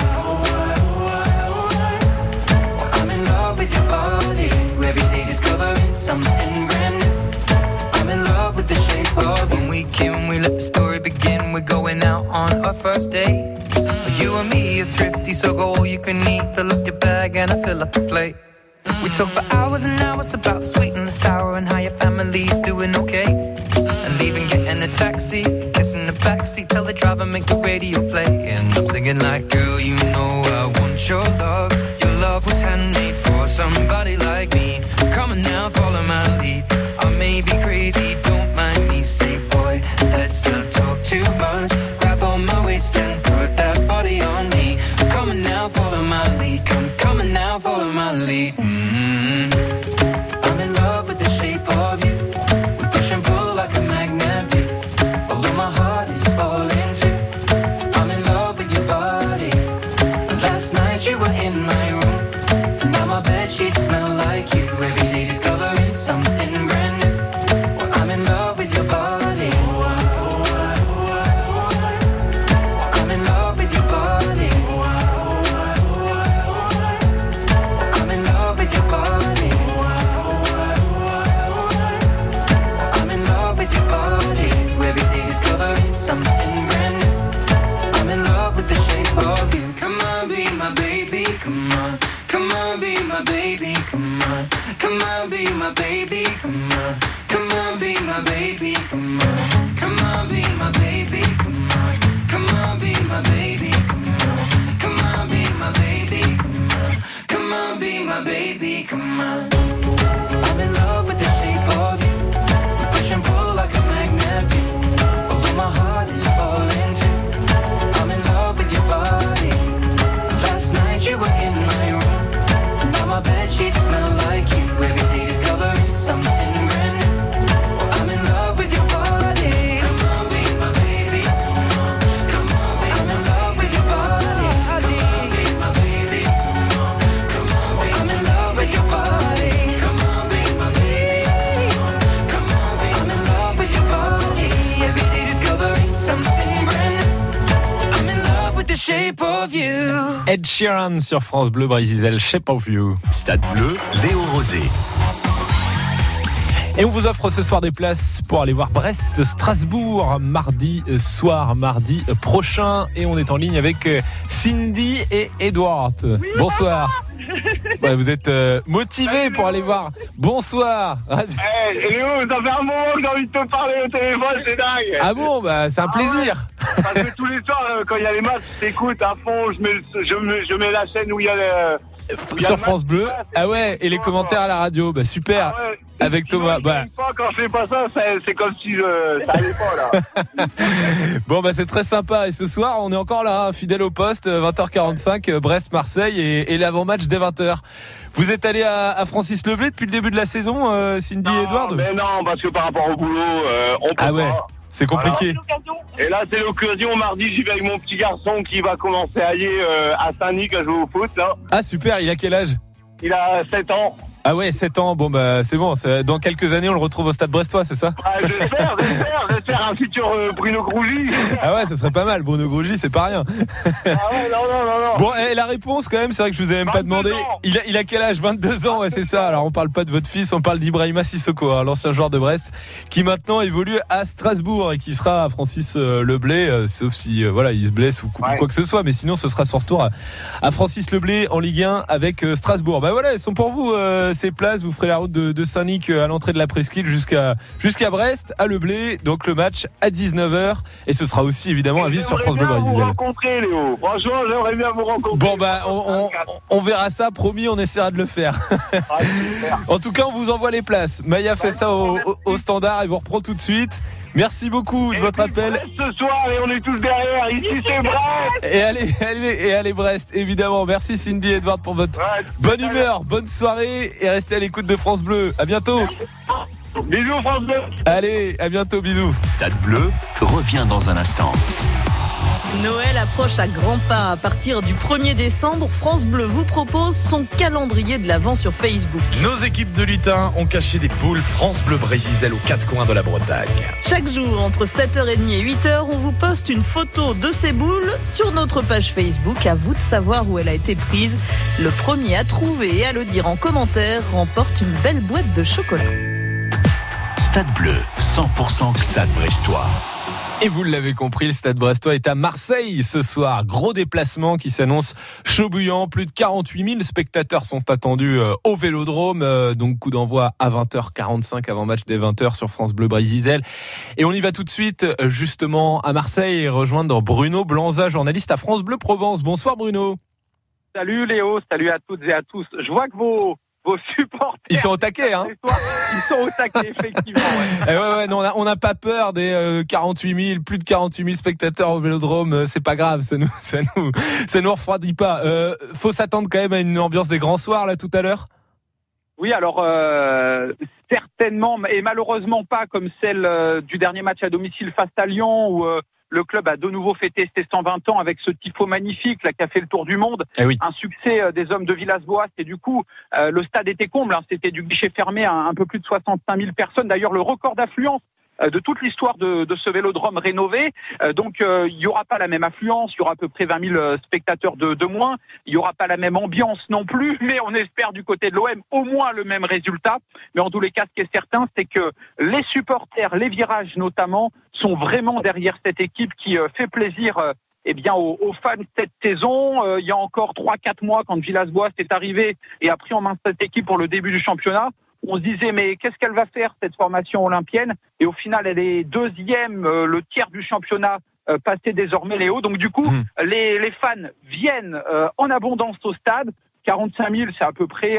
I'm in love with your body. Every day discovering something brand new. I'm in love with the shape of when we came, we let the story begin. We're going out on our first date. You and me are thrifty, so go all you can eat. Fill up your bag and I fill up the plate. We talk for hours and hours about the sweet and the sour and how your family's doing okay. And leaving, getting a taxi, kissing the backseat, tell the driver make the radio play. And I'm singing like, girl, you know I want your love. Your love was handmade for somebody like me. Come on now, follow my lead. I may be crazy, don't mind me. Say, boy, let's not talk too much. Grab on my waist and put that body on me. Come on now, follow my lead. Come on now, follow my lead. I'm in love with the shape of you. We push and pull like a magnet do. Although my heart is falling too. I'm in love with your body. Last night you were in my room, and now my bedsheets smell like you. Every day discovering something brand new. Well, I'm in love with your body. I'm in love with your body. I'm in love with your body. I'm in love with your body. Every day discovering something brand new. I'm in love with the shape of you. Come on, be my baby, come on. Come on, be my baby, come on. Come on, be my baby, come on. Come on, be my baby, come on. Come on, be my baby, come on. Come on, be my baby, come on. Come on, be my baby, come on. Come on, be my baby, come on. I'm in love with the shape of you. We push and pull like a magnet do. Although my heart is falling too. I'm in love with your body. Last night you were in my room, and now my bedsheets smell like you. Every day discovering something brand new. Well, I'm in love with your body. Come on, be my baby. Come on, come on, be I'm in love with your body. Come on, be my baby. Come on, come on, be I'm in love with your body. Come on, be my baby. Come on, be I'm in love with your body. Every day discovering something brand new. I'm in love with the shape of you. Ed Sheeran sur France Bleu Brésil, Shape of You. Stade Bleu, Léo Rosé. Et on vous offre ce soir des places pour aller voir Brest-Strasbourg mardi soir, mardi prochain. Et on est en ligne avec Cindy et Edward. Oui, bonsoir. Ouais, vous êtes motivés pour aller voir. Bonsoir. Hey, Léo, ça fait un moment que j'ai envie de te parler au téléphone, c'est dingue. Ah bon, bah c'est un plaisir. Ouais. Parce que tous les soirs, quand il y a les matchs, je t'écoute à fond, je mets la chaîne où il y a sur France Bleu. Ah ouais, et les commentaires à la radio, bah super. Ah ouais. Avec Thomas. Bah. Quand je fais pas ça, c'est comme si ça allait pas là. Bon bah c'est très sympa. Et ce soir, on est encore là, fidèle au poste, 20h45, Brest-Marseille et l'avant-match dès 20h. Vous êtes allé à Francis Leblé depuis le début de la saison, Cindy et Edward? Mais non, parce que par rapport au boulot, on peut pas. Ouais. C'est compliqué. Voilà. Et là, c'est l'occasion. Mardi, j'y vais avec mon petit garçon qui va commencer à aller à Saint-Nic à jouer au foot. Là. Ah super, il a quel âge? Il a 7 ans. Ah ouais, 7 ans, bon bah c'est bon, dans quelques années on le retrouve au Stade Brestois, c'est ça? J'espère un futur Bruno Grougy. Ah ouais, ce serait pas mal, Bruno Grougy, c'est pas rien. Ah ouais, non. Bon, et la réponse quand même, c'est vrai que je vous ai même pas demandé. Il a quel âge? 22 ans, ouais, c'est ça. Alors on parle pas de votre fils, on parle d'Ibrahima Sissoko, hein, l'ancien joueur de Brest, qui maintenant évolue à Strasbourg et qui sera à Francis Leblay, sauf si voilà il se blesse ou quoi que ce soit, mais sinon ce sera son retour à Francis Leblay en Ligue 1 avec Strasbourg. Bah voilà, elles sont pour vous ces places. Vous ferez la route de Saint-Nic à l'entrée de la presqu'île jusqu'à Brest, à Leblay. Donc le match à 19h et ce sera aussi évidemment à vivre sur France Bleu Brésil. J'aimerais bien vous rencontrer, Léo. Franchement, j'aimerais bien vous rencontrer. Bon bah on verra ça, promis, on essaiera de le faire. En tout cas, on vous envoie les places. Maya fait ça au standard et vous reprend tout de suite. Merci beaucoup de votre appel. Brest ce soir et on est tous derrière. Ici c'est Brest. Et allez Brest, évidemment. Merci Cindy et Edward pour votre bonne humeur, bonne soirée et restez à l'écoute de France Bleu. À bientôt. Bisous France Bleu. Allez, à bientôt, bisous. Stade Bleu revient dans un instant. Noël approche à grands pas. À partir du 1er décembre, France Bleu vous propose son calendrier de l'Avent sur Facebook. Nos équipes de lutins ont caché des boules France Bleu Brésil aux 4 coins de la Bretagne. Chaque jour, entre 7h30 et 8h, on vous poste une photo de ces boules sur notre page Facebook. À vous de savoir où elle a été prise. Le premier à trouver et à le dire en commentaire remporte une belle boîte de chocolat. Stade Bleu, 100% Stade Brestois. Et vous l'avez compris, le Stade Brestois est à Marseille ce soir. Gros déplacement qui s'annonce chaud bouillant. Plus de 48 000 spectateurs sont attendus au Vélodrome. Donc coup d'envoi à 20h45 avant match des 20h sur France Bleu Brésil. Et on y va tout de suite justement à Marseille et rejoindre Bruno Blanza, journaliste à France Bleu Provence. Bonsoir Bruno. Salut Léo, salut à toutes et à tous. Je vois que vos supporters... Ils sont au taquet, hein. Ils sont au taquet, effectivement. Ouais, non, on n'a pas peur des 48 000, plus de 48 000 spectateurs au Vélodrome. C'est pas grave, ça nous refroidit pas. Faut s'attendre quand même à une ambiance des grands soirs, là, tout à l'heure. Oui, alors certainement, et malheureusement pas comme celle du dernier match à domicile face à Lyon, où le club a de nouveau fêté ses 120 ans avec ce tifo magnifique là, qui a fait le tour du monde. Oui. Un succès des hommes de Villas-Boas et du coup, le stade était comble. Hein, c'était du guichet fermé à un peu plus de 65 000 personnes. D'ailleurs, le record d'affluence de toute l'histoire de ce vélodrome rénové. Donc, il y aura pas la même affluence, il y aura à peu près 20 000 spectateurs de moins. Il y aura pas la même ambiance non plus, mais on espère du côté de l'OM au moins le même résultat. Mais en tous les cas, ce qui est certain, c'est que les supporters, les virages notamment, sont vraiment derrière cette équipe qui fait plaisir aux fans cette saison. Il y a encore 3-4 mois, quand Villas-Boas est arrivé et a pris en main cette équipe pour le début du championnat, on se disait mais qu'est-ce qu'elle va faire cette formation olympienne, et au final elle est deuxième, le tiers du championnat passé désormais Léo. Donc du coup les fans viennent en abondance au stade. 45 000 c'est à peu près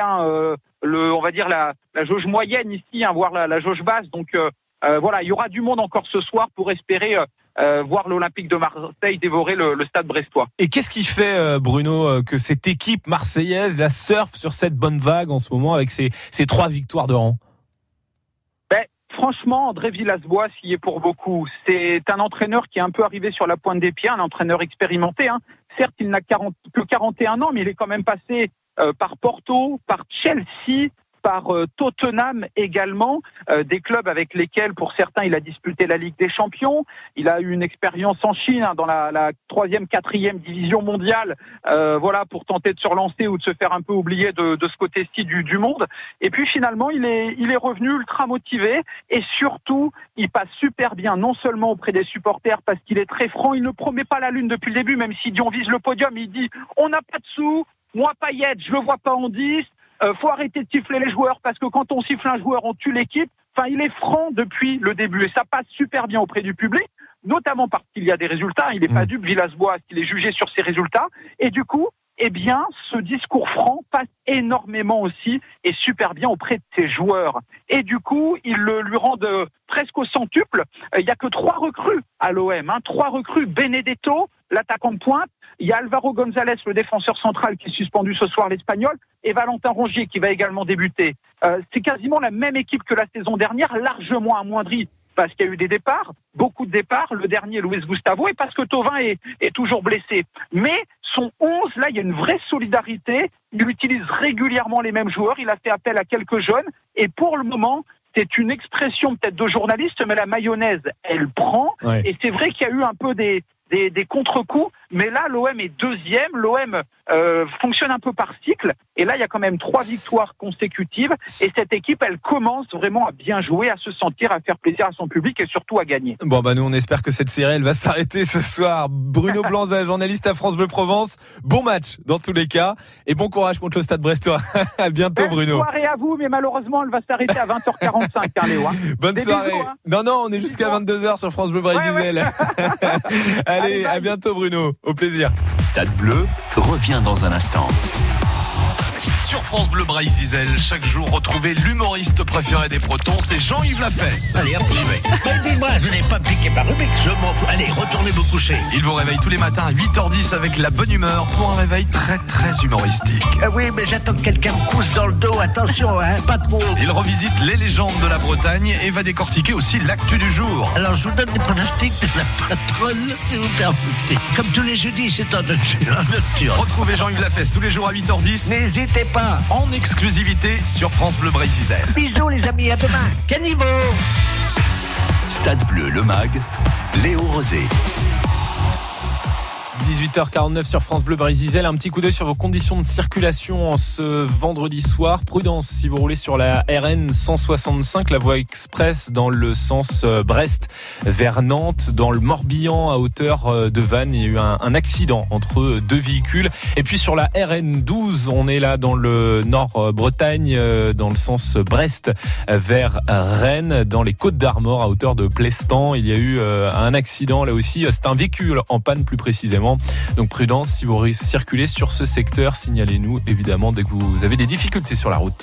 on va dire la jauge moyenne ici, voire la jauge basse. Donc voilà, il y aura du monde encore ce soir pour espérer voir l'Olympique de Marseille dévorer le stade brestois. Et qu'est-ce qui fait, Bruno, que cette équipe marseillaise la surfe sur cette bonne vague en ce moment avec ces 3 victoires de rang? Franchement, André Villas-Boas y est pour beaucoup. C'est un entraîneur qui est un peu arrivé sur la pointe des pieds, un entraîneur expérimenté. Certes, il n'a que 41 ans, mais il est quand même passé par Porto, par Chelsea, par Tottenham également, des clubs avec lesquels, pour certains, il a disputé la Ligue des Champions. Il a eu une expérience en Chine, dans la 3e, 4e division mondiale, pour tenter de se relancer ou de se faire un peu oublier de ce côté-ci du monde. Et puis finalement, il est revenu ultra motivé et surtout, il passe super bien, non seulement auprès des supporters parce qu'il est très franc, il ne promet pas la lune depuis le début, même si on vise le podium, il dit « on n'a pas de sous, moi Payet, je le vois pas en 10 ». Faut arrêter de siffler les joueurs parce que quand on siffle un joueur, on tue l'équipe. Enfin, il est franc depuis le début et ça passe super bien auprès du public, notamment parce qu'il y a des résultats. Il n'est pas dupe, Villas-Boas, il est jugé sur ses résultats. Et du coup, ce discours franc passe énormément aussi et super bien auprès de ses joueurs. Et du coup, ils lui rendent presque au centuple. Il n'y a que 3 recrues à l'OM. 3 recrues, Benedetto, l'attaquant de pointe. Il y a Alvaro González, le défenseur central, qui est suspendu ce soir, l'Espagnol, et Valentin Rongier, qui va également débuter. C'est quasiment la même équipe que la saison dernière, largement amoindrie parce qu'il y a eu des départs, beaucoup de départs, le dernier Luis Gustavo, et parce que Thauvin est toujours blessé. Mais son 11, là, il y a une vraie solidarité, il utilise régulièrement les mêmes joueurs, il a fait appel à quelques jeunes, et pour le moment, c'est une expression peut-être de journaliste, mais la mayonnaise, elle prend, et c'est vrai qu'il y a eu un peu des contre-coups, mais là l'OM est deuxième, l'OM fonctionne un peu par cycle, et là il y a quand même 3 victoires consécutives, et cette équipe elle commence vraiment à bien jouer, à se sentir, à faire plaisir à son public et surtout à gagner. Bon nous on espère que cette série elle va s'arrêter ce soir. Bruno Blanza, journaliste à France Bleu Provence, bon match dans tous les cas, et bon courage contre le Stade Brestois. À bientôt Bruno. Bonne soirée à vous, mais malheureusement elle va s'arrêter à 20h45 Léo. Bonne soirée. Bisous, Non, on est jusqu'à 22h sur France Bleu Brésil. Allez, à bientôt Bruno, au plaisir. Stade Bleu revient dans un instant. Sur France Bleu Brésil, chaque jour, retrouvez l'humoriste préféré des Bretons, c'est Jean-Yves Lafesse. Allez, hop, j'y vais. Dis-moi, je n'ai pas piqué ma rubrique, je m'en fous. Allez, retournez vous coucher. Il vous réveille tous les matins à 8h10 avec la bonne humeur pour un réveil très très humoristique. Oui, mais j'attends que quelqu'un me pousse dans le dos, attention, pas trop. Il revisite les légendes de la Bretagne et va décortiquer aussi l'actu du jour. Alors, je vous donne des pronostics de la patronne, si vous permettez. Comme tous les jeudis, c'est en nocturne. Retrouvez Jean-Yves Lafesse tous les jours à 8h10. N'hésitez pas. En exclusivité sur France Bleu Brésil. Bisous les amis, à demain. Caniveau. Stade Bleu, le MAG, Léo Rosé. 18h49 sur France Bleu Brésil. Un petit coup d'œil sur vos conditions de circulation en ce vendredi soir. Prudence si vous roulez sur la RN 165, la voie express dans le sens Brest vers Nantes, dans le Morbihan à hauteur de Vannes. Il y a eu un accident entre 2 véhicules. Et puis sur la RN 12, on est là dans le Nord-Bretagne, dans le sens Brest vers Rennes, dans les Côtes d'Armor à hauteur de Plestan. Il y a eu un accident là aussi. C'est un véhicule en panne plus précisément. Donc prudence, si vous circulez sur ce secteur, signalez-nous évidemment dès que vous avez des difficultés sur la route.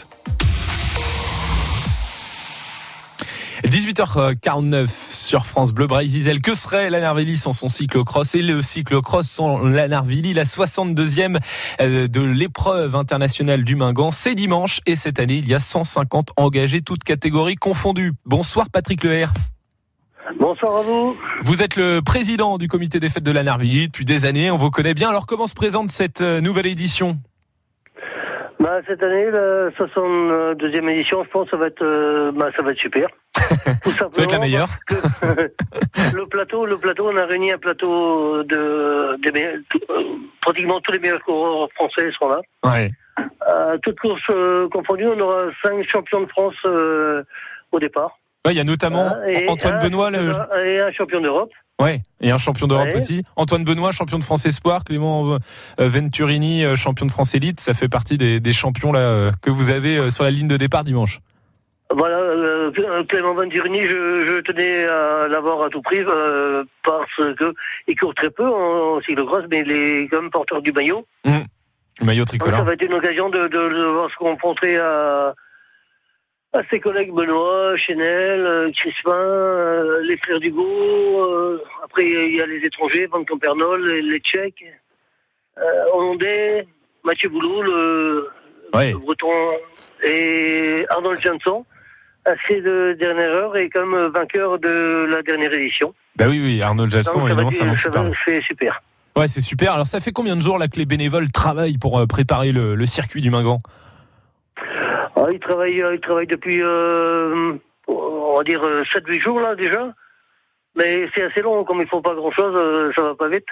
18h49 sur France Bleu Brésil. Que serait l'Anarvilly sans son cyclocross et le cyclocross sans l'Anarvilly? La 62e de l'épreuve internationale du Mingan, c'est dimanche et cette année il y a 150 engagés, toutes catégories confondues. Bonsoir Patrick Leher. Bonsoir à vous. Vous êtes le président du comité des fêtes de l'Anarvilly depuis des années, on vous connaît bien. Alors comment se présente cette nouvelle édition? Cette année, la 62e édition, je pense que ça va être super. Tout ça va être la meilleure. Le plateau, on a réuni un plateau pratiquement tous les meilleurs coureurs français sont là. Ouais. Toutes courses confondues, on aura 5 champions de France au départ. Il y a notamment Antoine Benoît. Et un champion d'Europe. Ouais, et un champion d'Europe aussi. Antoine Benoît, champion de France Espoir. Clément Venturini, champion de France Élite. Ça fait partie des champions là que vous avez sur la ligne de départ dimanche. Voilà, Clément Venturini, je tenais à l'avoir à tout prix parce que il court très peu en cyclocross, mais il est quand même porteur du maillot. Le maillot tricolore. Donc ça va être une occasion de voir se confronter à ses collègues Benoît, Chenel, Crispin, les frères Dugo. Après, il y a les étrangers, Van Campernol, les Tchèques, Hollandais, Mathieu Boulot, le Breton, et Arnold Jansson, assez de dernière heure et comme vainqueur de la dernière édition. Oui, Arnold Jansson, évidemment, c'est super. Ouais, c'est super. Alors, ça fait combien de jours là que les bénévoles travaillent pour préparer le circuit du Mingan? Il travaille depuis, on va dire, 7-8 jours, là, déjà. Mais c'est assez long, comme il ne faut pas grand-chose, ça va pas vite.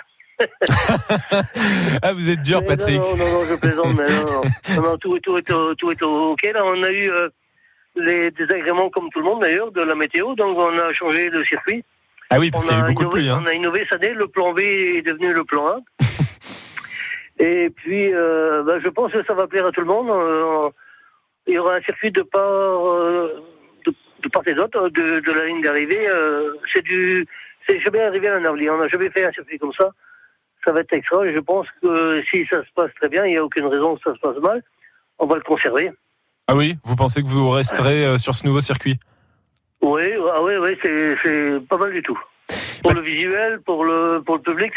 Vous êtes dur, Patrick. Non, je plaisante, mais non, tout est OK. Là, on a eu les désagréments, comme tout le monde, d'ailleurs, de la météo, donc on a changé le circuit. Ah oui, parce qu'il y a eu beaucoup de pluie. On a innové cette année, le plan B est devenu le plan A. Et puis, je pense que ça va plaire à tout le monde. Il y aura un circuit de part et d'autre de la ligne d'arrivée. C'est jamais arrivé à l'Anarvilly. On n'a jamais fait un circuit comme ça. Ça va être extra. Et je pense que si ça se passe très bien, il n'y a aucune raison que ça se passe mal. On va le conserver. Ah oui, vous pensez que vous resterez sur ce nouveau circuit? Oui, c'est pas mal du tout. Pour le visuel, pour le public,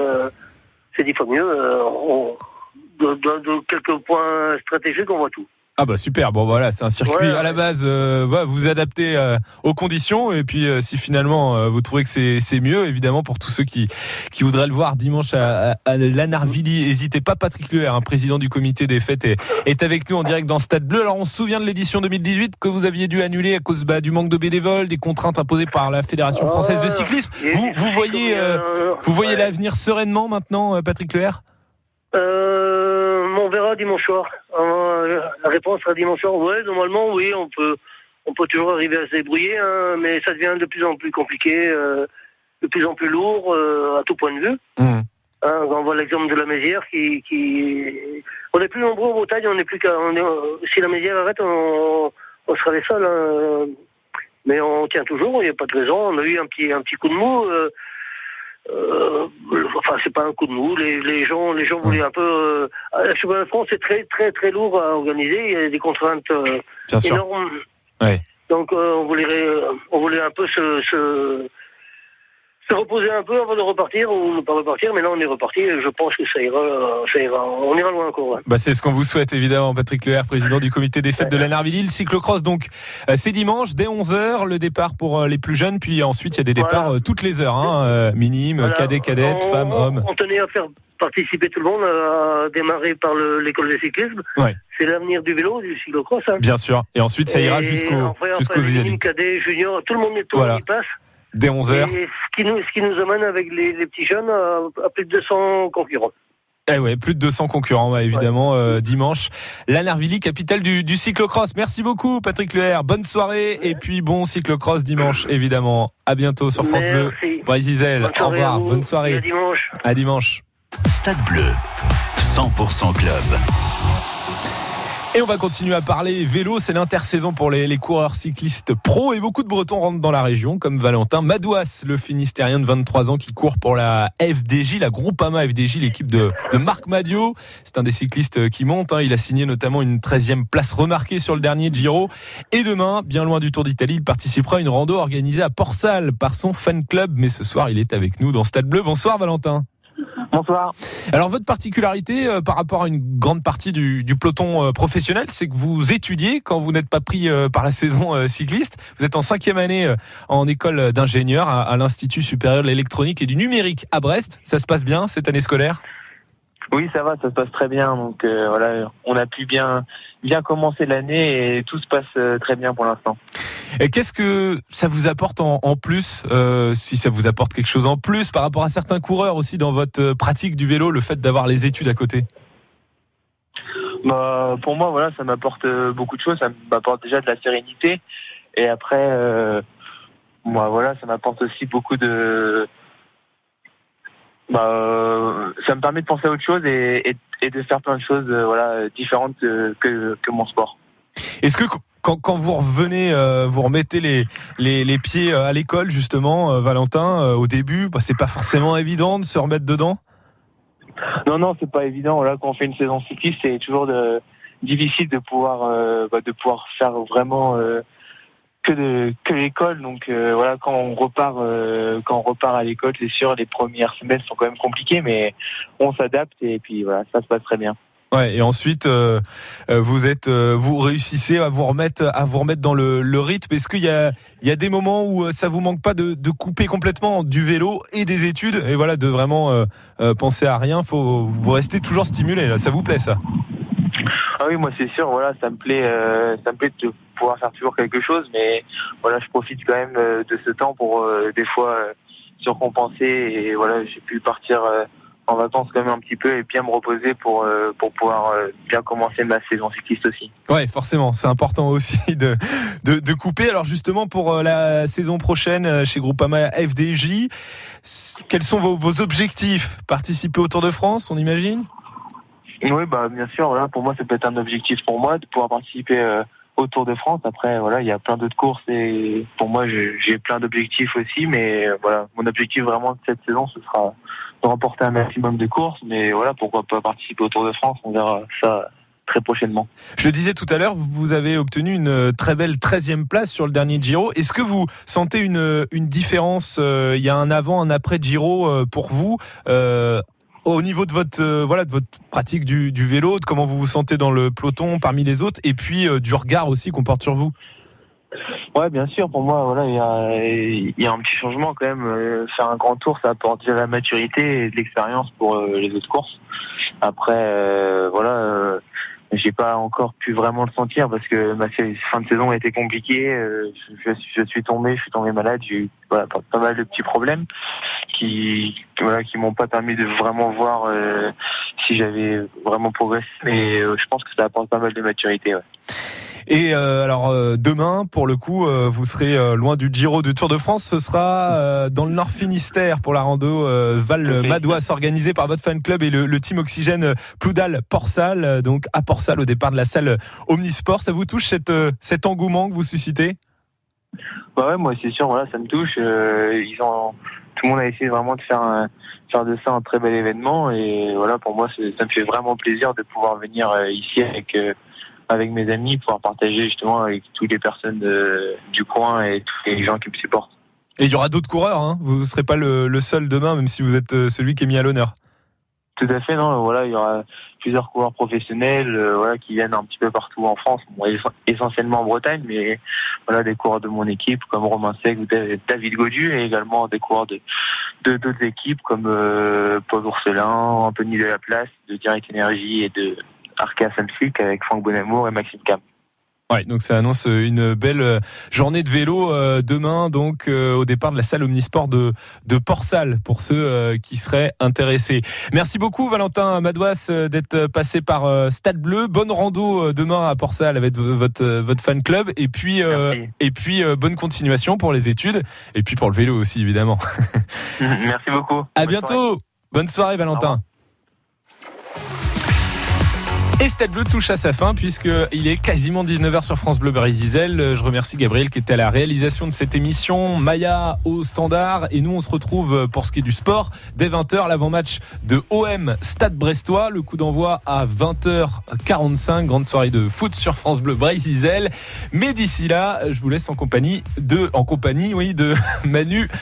c'est 10 fois mieux. De quelques points stratégiques, on voit tout. Ah bah super, bon voilà, c'est un circuit à la base, vous vous adaptez aux conditions et puis si finalement vous trouvez que c'est mieux, évidemment pour tous ceux qui voudraient le voir dimanche à Lanarvilly, n'hésitez pas. Patrick Leher, président du comité des fêtes, est avec nous en direct dans Stade Bleu. Alors on se souvient de l'édition 2018 que vous aviez dû annuler à cause du manque de bénévoles, des contraintes imposées par la Fédération française de cyclisme. Vous voyez l'avenir sereinement maintenant, Patrick Leher? On verra dimanche soir. La réponse sera dimanche soir. Ouais, normalement, oui, on peut toujours arriver à se débrouiller, hein, mais ça devient de plus en plus compliqué, de plus en plus lourd à tout point de vue. Hein, on voit l'exemple de la Mézières on est plus nombreux en Bretagne, si la Mézières arrête, on sera les seuls. Hein, mais on tient toujours, il n'y a pas de raison. On a eu un petit coup de mou. Enfin, c'est pas un coup de mou. Les gens voulaient un peu. Le championnat de France, c'est très très très lourd à organiser. Il y a des contraintes énormes. Ouais. Donc, on voulait un peu se reposer un peu avant de repartir ou ne pas repartir. Mais là, on est reparti. Et je pense que ça ira. On ira loin encore. Ouais. Bah, c'est ce qu'on vous souhaite évidemment, Patrick Leher, président du comité des fêtes de Lanarvilly. Le cyclocross, donc, c'est dimanche dès 11h, le départ pour les plus jeunes. Puis ensuite, il y a des départs toutes les heures, hein, minimes, cadets, cadettes, femmes, hommes. On tenait à faire participer tout le monde, à démarrer par l'école de cyclisme. Ouais. C'est l'avenir du vélo, du cyclocross. Hein. Bien sûr. Et ensuite, ça ira jusqu'aux minime, cadets, juniors, tout le monde y passe. Dès 11h. Et ce qui nous amène avec les petits jeunes à plus de 200 concurrents. Eh ouais, plus de 200 concurrents, évidemment, dimanche. Lanarvilly, capitale du cyclocross. Merci beaucoup, Patrick Leher. Bonne soirée et puis bon cyclocross dimanche, évidemment. À bientôt sur France Bleu. Brésil. Au revoir. Bonne soirée. Et à dimanche. À dimanche. Stade Bleu, 100% club. Et on va continuer à parler vélo, c'est l'intersaison pour les coureurs cyclistes pros et beaucoup de Bretons rentrent dans la région comme Valentin Madouas, le Finistérien de 23 ans qui court pour la FDJ, la Groupama FDJ, l'équipe de Marc Madiot. C'est un des cyclistes qui monte, il a signé notamment une 13e place remarquée sur le dernier Giro. Et demain, bien loin du Tour d'Italie, il participera à une rando organisée à Port-Salle par son fan club. Mais ce soir, il est avec nous dans Stade Bleu. Bonsoir Valentin. Bonsoir. Alors votre particularité par rapport à une grande partie du peloton professionnel, c'est que vous étudiez quand vous n'êtes pas pris par la saison cycliste. Vous êtes en 5e année en école d'ingénieur à l'Institut supérieur de l'électronique et du numérique à Brest. Ça se passe bien cette année scolaire ? Oui, ça va, ça se passe très bien. Donc voilà, on a pu bien commencer l'année et tout se passe très bien pour l'instant. Et qu'est-ce que ça vous apporte en plus, si ça vous apporte quelque chose en plus par rapport à certains coureurs aussi dans votre pratique du vélo, le fait d'avoir les études à côté ? Pour moi, voilà, ça m'apporte beaucoup de choses. Ça m'apporte déjà de la sérénité et après, ça m'apporte aussi beaucoup de... ça me permet de penser à autre chose et de faire plein de choses différentes que mon sport. Est-ce que quand vous revenez, vous remettez les pieds à l'école justement, Valentin, au début, c'est pas forcément évident de se remettre dedans ? Non, c'est pas évident. Voilà, quand on fait une saison cycliste, c'est toujours difficile de pouvoir faire vraiment que l'école. Donc quand on repart à l'école, c'est sûr, les premières semaines sont quand même compliquées, mais on s'adapte et puis voilà, ça se passe très bien. Ouais, et ensuite vous réussissez à vous remettre dans le rythme. Est-ce qu'il y a des moments où ça vous manque pas de couper complètement du vélo et des études et voilà de vraiment penser à rien, vous restez toujours stimulé là, ça vous plaît ça ? Ah oui, moi c'est sûr, voilà, ça me plaît de pouvoir faire toujours quelque chose, mais voilà, je profite quand même de ce temps pour des fois surcompenser et voilà, j'ai pu partir en vacances quand même un petit peu et bien me reposer pour pouvoir bien commencer ma saison cycliste aussi. Ouais, forcément, c'est important aussi de couper. Alors justement pour la saison prochaine chez Groupama FDJ, quels sont vos objectifs ? Participer au Tour de France, on imagine ? Oui, bien sûr, voilà, pour moi ça peut être un objectif pour moi de pouvoir participer au Tour de France. Après voilà, il y a plein d'autres courses et pour moi j'ai plein d'objectifs aussi, mais voilà, mon objectif vraiment de cette saison ce sera de remporter un maximum de courses, mais voilà, pourquoi pas participer au Tour de France, on verra ça très prochainement. Je le disais tout à l'heure, vous avez obtenu une très belle 13e place sur le dernier Giro. Est-ce que vous sentez une différence, il y a un avant, un après Giro pour vous au niveau de votre de votre pratique du vélo, de comment vous vous sentez dans le peloton parmi les autres, et puis du regard aussi qu'on porte sur vous. Ouais, bien sûr. Pour moi, voilà, il y a un petit changement quand même. Faire un grand tour, ça apporte de la maturité et de l'expérience pour les autres courses. Après, j'ai pas encore pu vraiment le sentir parce que ma fin de saison a été compliquée. Je suis tombé malade. J'ai eu pas mal de petits problèmes qui m'ont pas permis de vraiment voir si j'avais vraiment progressé. Mais je pense que ça apporte pas mal de maturité. Ouais. Et demain, pour le coup, vous serez loin du Giro du Tour de France. Ce sera dans le Nord Finistère pour la rando Val-Madouas, organisée par votre fan club et le team Oxygène Ploudal-Porsal. Donc à Porsal, au départ de la salle Omnisport. Ça vous touche cet engouement que vous suscitez ? Bah ouais, moi c'est sûr, voilà, ça me touche. Tout le monde a essayé vraiment de faire de ça un très bel événement. Et voilà, pour moi, ça me fait vraiment plaisir de pouvoir venir ici avec mes amis, pouvoir partager justement avec toutes les personnes du coin et tous les gens qui me supportent. Et il y aura d'autres coureurs, hein. Vous ne serez pas le seul demain, même si vous êtes celui qui est mis à l'honneur. Tout à fait, non. Voilà, il y aura plusieurs coureurs professionnels, qui viennent un petit peu partout en France, essentiellement en Bretagne, mais voilà, des coureurs de mon équipe comme Romain Seg ou David Gaudu, et également des coureurs de d'autres équipes comme Paul Ourselin, Anthony Delaplace de Direct Énergie et de Arca Samsic avec Franck Bonamour et Maxime Cam. Ouais, donc ça annonce une belle journée de vélo demain, donc au départ de la salle Omnisport de Porsal pour ceux qui seraient intéressés. Merci beaucoup Valentin Madouas d'être passé par Stade Bleu. Bonne rando demain à Porsal avec votre fan club, et puis bonne continuation pour les études et puis pour le vélo aussi évidemment. Merci beaucoup. À bientôt. Bonne soirée Valentin. Et Stade Bleu touche à sa fin puisqu'il est quasiment 19h sur France Bleu Brésil. Je remercie Gabriel qui était à la réalisation de cette émission, Maya au standard, et nous on se retrouve pour ce qui est du sport dès 20h, l'avant-match de OM Stade Brestois, le coup d'envoi à 20h45, grande soirée de foot sur France Bleu Brésil. Mais d'ici là, je vous laisse en compagnie de Manu